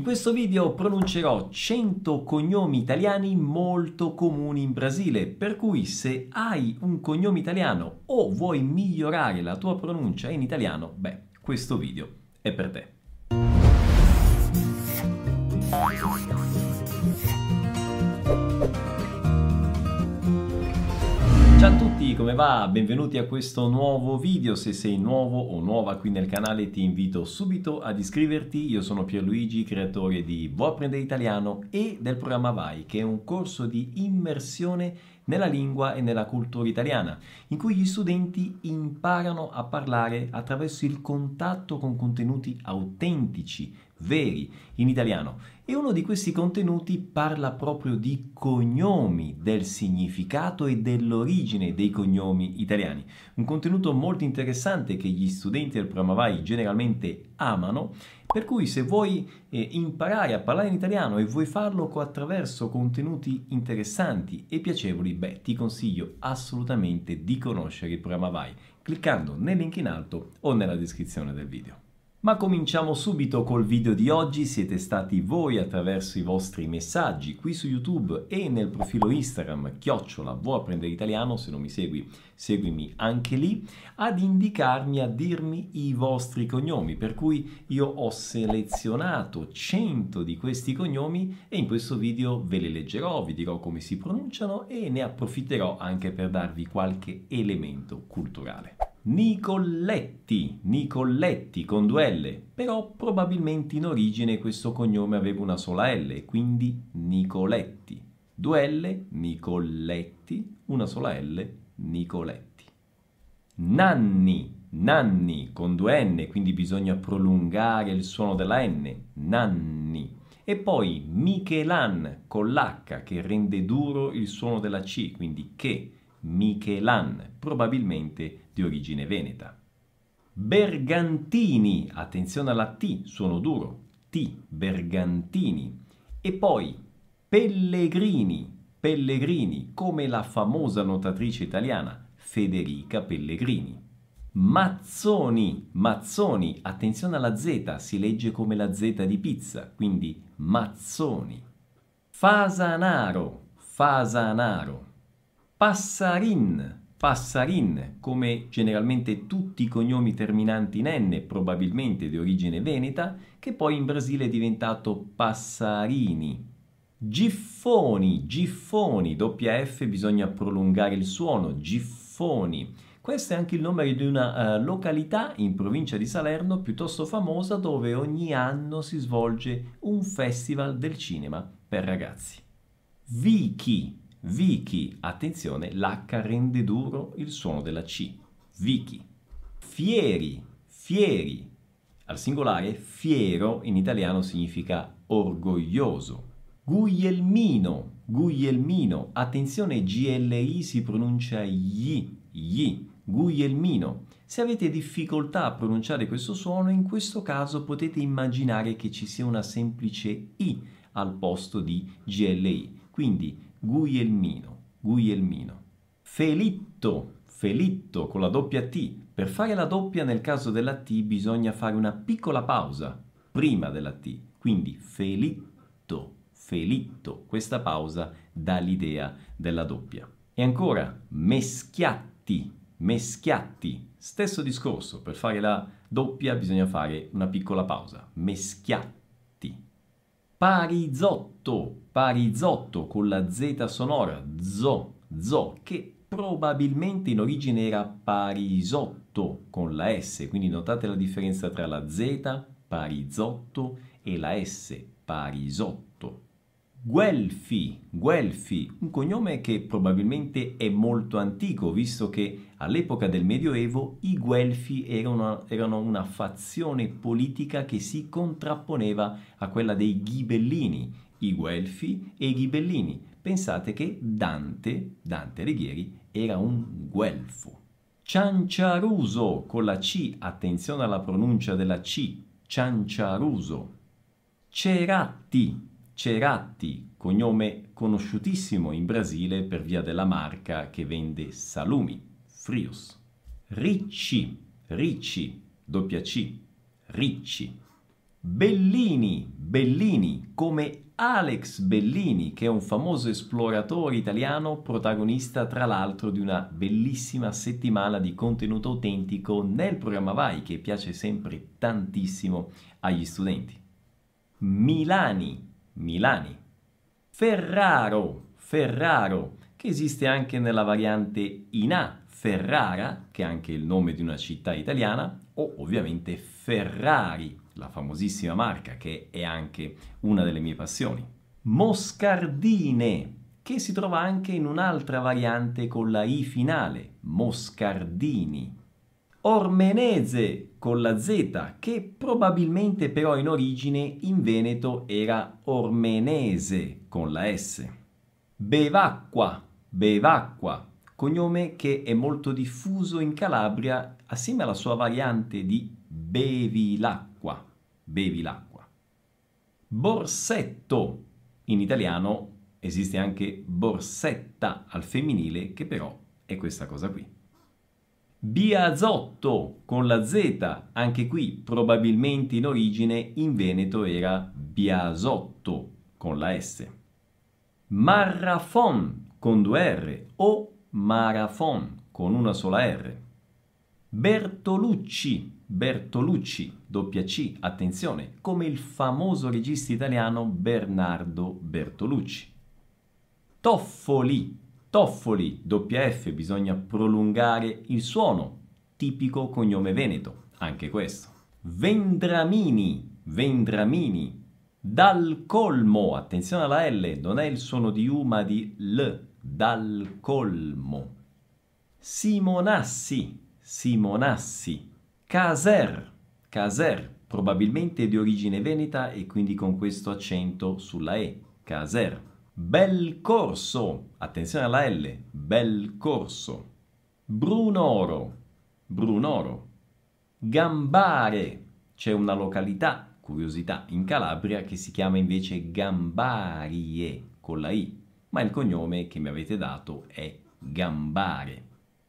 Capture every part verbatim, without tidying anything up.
questo video pronuncerò cento cognomi italiani molto comuni in Brasile, per cui se hai un cognome italiano o vuoi migliorare la tua pronuncia in italiano, beh, questo video è per te. Ciao a tutti, come va? Benvenuti a questo nuovo video. Se sei nuovo o nuova qui nel canale ti invito subito ad iscriverti. Io sono Pierluigi, creatore di Vuoi apprendere italiano e del programma Vai, che è un corso di immersione nella lingua e nella cultura italiana, in cui gli studenti imparano a parlare attraverso il contatto con contenuti autentici, veri, in italiano. E uno di questi contenuti parla proprio di cognomi, del significato e dell'origine dei cognomi italiani. Un contenuto molto interessante che gli studenti del programma Vai generalmente amano, per cui se vuoi eh, imparare a parlare in italiano e vuoi farlo attraverso contenuti interessanti e piacevoli, beh, ti consiglio assolutamente di conoscere il programma Vai, cliccando nel link in alto o nella descrizione del video. Ma cominciamo subito col video di oggi. Siete stati voi, attraverso i vostri messaggi qui su YouTube e nel profilo Instagram chiocciola Vuoi apprendere italiano, se non mi segui seguimi anche lì, ad indicarmi, a dirmi i vostri cognomi, per cui io ho selezionato cento di questi cognomi e in questo video ve li leggerò, vi dirò come si pronunciano e ne approfitterò anche per darvi qualche elemento culturale. Nicoletti, Nicoletti con due L, però probabilmente in origine questo cognome aveva una sola L, quindi Nicoletti. Due L, Nicoletti, una sola L, Nicoletti. Nanni, Nanni con due N, quindi bisogna prolungare il suono della N, Nanni. E poi Michelan con l'H che rende duro il suono della C, quindi che. Michelan, probabilmente di origine veneta. Bergantini, attenzione alla T, suono duro, T, Bergantini. E poi Pellegrini, Pellegrini, come la famosa nuotatrice italiana Federica Pellegrini. Mazzoni, Mazzoni, attenzione alla Z, si legge come la Z di pizza, quindi Mazzoni. Fasanaro, Fasanaro. Passarin, Passarin, come generalmente tutti i cognomi terminanti in N, probabilmente di origine veneta, che poi in Brasile è diventato Passarini. Giffoni, Giffoni, doppia F bisogna prolungare il suono, Giffoni. Questo è anche il nome di una uh, località in provincia di Salerno piuttosto famosa, dove ogni anno si svolge un festival del cinema per ragazzi. Vichi. Vichi, attenzione, l'H rende duro il suono della C. Vichi. Fieri, fieri. Al singolare, fiero in italiano significa orgoglioso. Guglielmino, Guglielmino. Attenzione, G L I si pronuncia gli, gli. Guglielmino. Se avete difficoltà a pronunciare questo suono, in questo caso potete immaginare che ci sia una semplice I al posto di G L I. Quindi Guglielmino, Guglielmino. Felitto, Felitto con la doppia T. Per fare la doppia nel caso della T bisogna fare una piccola pausa prima della T. Quindi Felitto, Felitto. Questa pausa dà l'idea della doppia. E ancora Meschiatti, Meschiatti. Stesso discorso, per fare la doppia bisogna fare una piccola pausa. Meschiatti. Parisotto, Parisotto con la Z sonora, zo, zo, che probabilmente in origine era Parisotto con la S, quindi notate la differenza tra la Z, Parisotto, e la S, Parisotto. Guelfi, Guelfi, un cognome che probabilmente è molto antico, visto che all'epoca del Medioevo i Guelfi erano, erano una fazione politica che si contrapponeva a quella dei Ghibellini, i Guelfi e i Ghibellini. Pensate che Dante, Dante Alighieri, era un guelfo. Cianciaruso con la C, attenzione alla pronuncia della C, Cianciaruso. Ceratti, Ceratti, cognome conosciutissimo in Brasile per via della marca che vende salumi, Frios. Ricci, Ricci, doppia C, Ricci. Bellini, Bellini, come Alex Bellini, che è un famoso esploratore italiano, protagonista tra l'altro di una bellissima settimana di contenuto autentico nel programma Vai, che piace sempre tantissimo agli studenti. Milani, Milani. Ferraro, Ferraro, che esiste anche nella variante in A, Ferrara, che è anche il nome di una città italiana, o ovviamente Ferrari, la famosissima marca che è anche una delle mie passioni. Moscardine, che si trova anche in un'altra variante con la I finale, Moscardini. Ormenese con la Z, che probabilmente però in origine in Veneto era Ormenese con la S. Bevacqua, Bevacqua, cognome che è molto diffuso in Calabria assieme alla sua variante di Bevilacqua, Bevilacqua. Borsetto, in italiano esiste anche borsetta al femminile, che però è questa cosa qui. Biasotto con la Z, anche qui probabilmente in origine in Veneto era Biasotto con la S. Marrafon con due R o Marafon con una sola R. Bertolucci, Bertolucci, doppia C, attenzione, come il famoso regista italiano Bernardo Bertolucci. Toffoli, Toffoli, doppia F, bisogna prolungare il suono, tipico cognome veneto, anche questo. Vendramini, Vendramini. Dal Colmo, attenzione alla L, non è il suono di U ma di L, Dal Colmo. Simonassi, Simonassi. Caser, Caser, probabilmente di origine veneta e quindi con questo accento sulla E, Caser. Bel Corso, attenzione alla L, Bel Corso. Brunoro, Brunoro. Gambare, c'è una località, curiosità, in Calabria che si chiama invece Gambarie con la I, ma il cognome che mi avete dato è Gambare.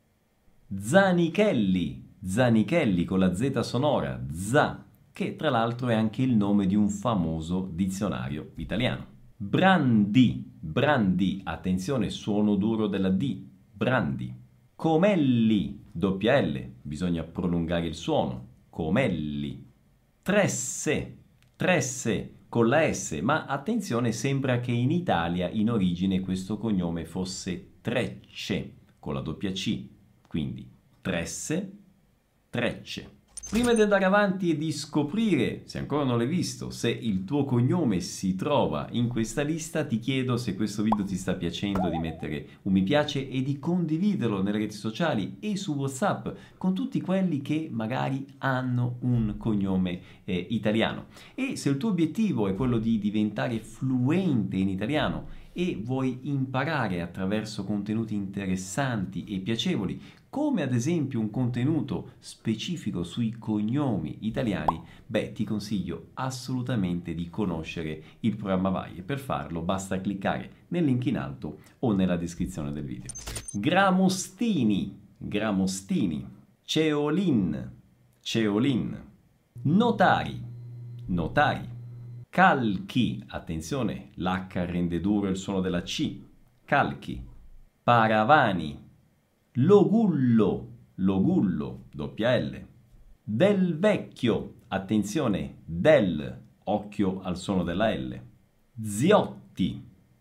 Zanichelli, Zanichelli con la Z sonora, za, che tra l'altro è anche il nome di un famoso dizionario italiano. Brandi, Brandi, attenzione, suono duro della D, Brandi. Comelli, doppia L, bisogna prolungare il suono, Comelli. Tresse, Tresse con la S, ma attenzione, sembra che in Italia in origine questo cognome fosse Trecce con la doppia C, quindi Tresse, Trecce. Prima di andare avanti e di scoprire, se ancora non l'hai visto, se il tuo cognome si trova in questa lista, ti chiedo, se questo video ti sta piacendo, di mettere un mi piace e di condividerlo nelle reti sociali e su WhatsApp con tutti quelli che magari hanno un cognome eh, italiano. E se il tuo obiettivo è quello di diventare fluente in italiano e vuoi imparare attraverso contenuti interessanti e piacevoli, come ad esempio un contenuto specifico sui cognomi italiani, beh, ti consiglio assolutamente di conoscere il programma Vai, e per farlo basta cliccare nel link in alto o nella descrizione del video. Gramostini, Gramostini. Ceolin, Ceolin. Notari, Notari. Calchi, attenzione, l'H rende duro il suono della C, calchi. Paravani. Logullo, Logullo, doppia L. Del Vecchio, attenzione, del, occhio al suono della L. Ziotti,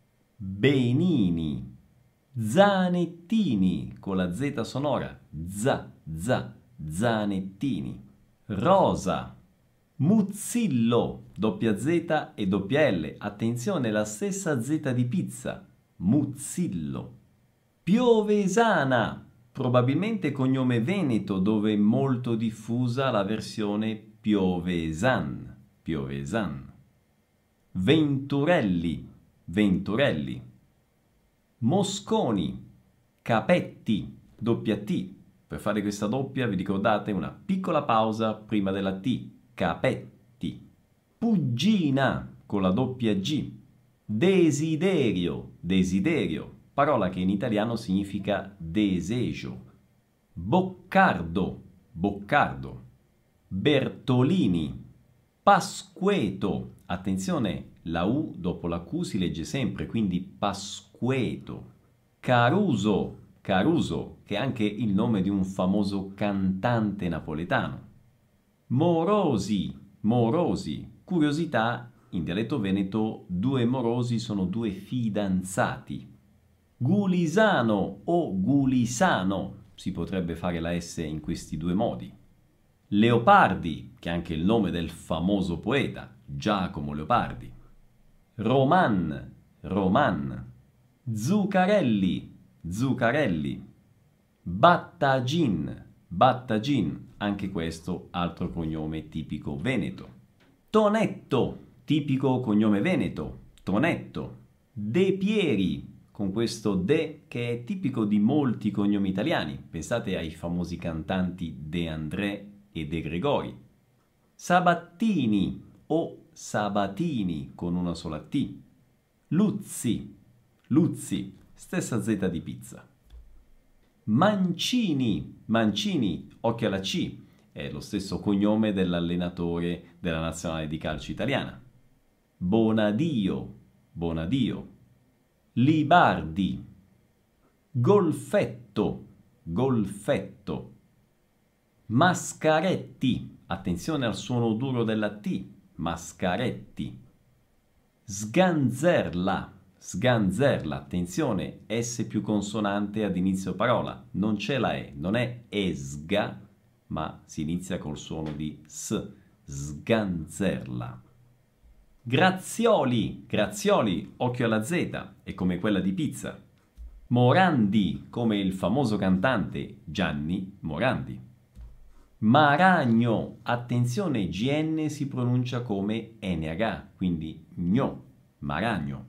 Benini. Zanettini, con la Z sonora, za, za, Zanettini. Rosa. Muzzillo, doppia Z e doppia L, attenzione, la stessa Z di pizza, Muzzillo. Piovesana, probabilmente cognome veneto, dove è molto diffusa la versione Piovesan, Piovesan. Venturelli, Venturelli. Mosconi, Capetti, doppia T. Per fare questa doppia vi ricordate una piccola pausa prima della T, Capetti. Puggina, con la doppia G. Desiderio, Desiderio, parola che in italiano significa desejo. Boccardo, Boccardo. Bertolini, Pasqueto, attenzione, la U dopo la Q si legge sempre, quindi Pasqueto. Caruso, Caruso, che è anche il nome di un famoso cantante napoletano. Morosi, Morosi, curiosità, in dialetto veneto due morosi sono due fidanzati. Gulisano o Gulisano, si potrebbe fare la S in questi due modi. Leopardi, che è anche il nome del famoso poeta, Giacomo Leopardi. Roman, Roman. Zuccarelli, Zuccarelli. Battagin, Battagin, anche questo altro cognome tipico veneto. Tonetto, tipico cognome veneto, Tonetto. De Pieri, con questo De che è tipico di molti cognomi italiani. Pensate ai famosi cantanti De André e De Gregori. Sabattini o Sabatini con una sola T. Luzzi, Luzzi, stessa Z di pizza. Mancini, Mancini, occhio alla C, è lo stesso cognome dell'allenatore della nazionale di calcio italiana. Bonadio, Bonadio. Libardi. Golfetto, Golfetto. Mascaretti, attenzione al suono duro della T, Mascaretti. Sganzerla, Sganzerla, attenzione, S più consonante ad inizio parola, non c'è la E, non è esga, ma si inizia col suono di S, Sganzerla. Grazioli, Grazioli, occhio alla Z, è come quella di pizza. Morandi, come il famoso cantante Gianni Morandi. Maragno, attenzione, G N si pronuncia come N H, quindi gno, Maragno.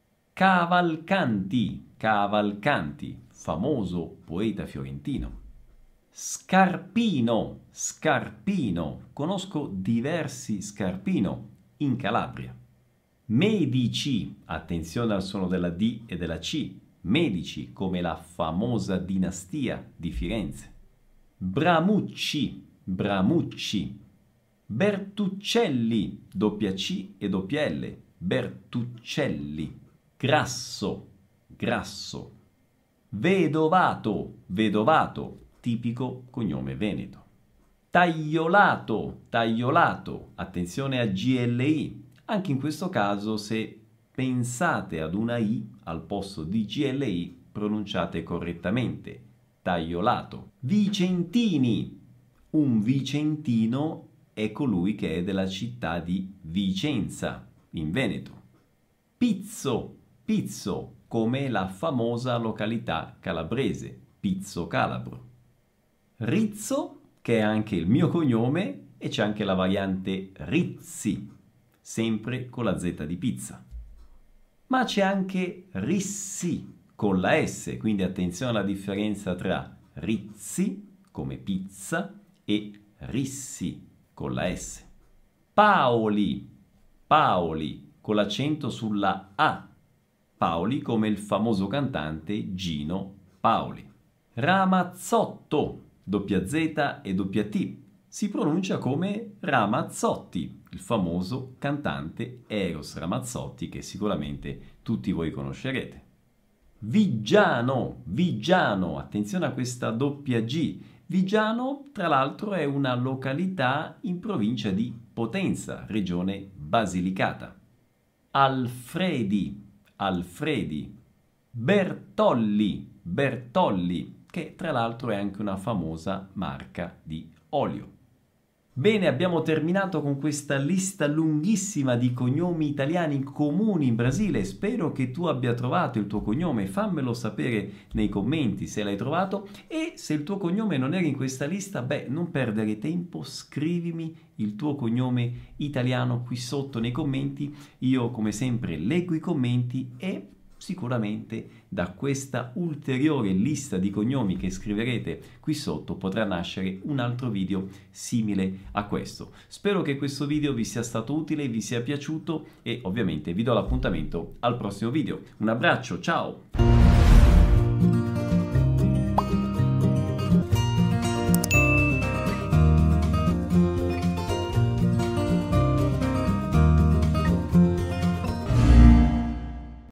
Cavalcanti, Cavalcanti, famoso poeta fiorentino. Scarpino, Scarpino, conosco diversi Scarpino in Calabria. Medici, attenzione al suono della D e della C, Medici come la famosa dinastia di Firenze. Bramucci, Bramucci. Bertuccelli, doppia C e doppia L, Bertuccelli. Grasso, Grasso. Vedovato, Vedovato, tipico cognome veneto. Tagliolato, Tagliolato, attenzione a G L I, anche in questo caso se pensate ad una I al posto di G L I pronunciate correttamente, Tagliolato. Vicentini, un vicentino è colui che è della città di Vicenza, in Veneto. Pizzo, Pizzo, come la famosa località calabrese, Pizzo Calabro. Rizzo, che è anche il mio cognome, e c'è anche la variante Rizzi, sempre con la Z di pizza. Ma c'è anche Rissi, con la S, quindi attenzione alla differenza tra Rizzi, come pizza, e Rissi, con la S. Paoli, Paoli, con l'accento sulla A. Paoli come il famoso cantante Gino Paoli. Ramazzotto, doppia Z e doppia T, si pronuncia come Ramazzotti, il famoso cantante Eros Ramazzotti che sicuramente tutti voi conoscerete. Viggiano, Viggiano, attenzione a questa doppia G. Viggiano, tra l'altro, è una località in provincia di Potenza, regione Basilicata. Alfredi, Alfredi. Bertolli, Bertolli, che tra l'altro è anche una famosa marca di olio. Bene, abbiamo terminato con questa lista lunghissima di cognomi italiani comuni in Brasile. Spero che tu abbia trovato il tuo cognome, fammelo sapere nei commenti se l'hai trovato, e se il tuo cognome non era in questa lista, beh, non perdere tempo, scrivimi il tuo cognome italiano qui sotto nei commenti. Io come sempre leggo i commenti e sicuramente da questa ulteriore lista di cognomi che scriverete qui sotto potrà nascere un altro video simile a questo. Spero che questo video vi sia stato utile, vi sia piaciuto e ovviamente vi do l'appuntamento al prossimo video. Un abbraccio, ciao!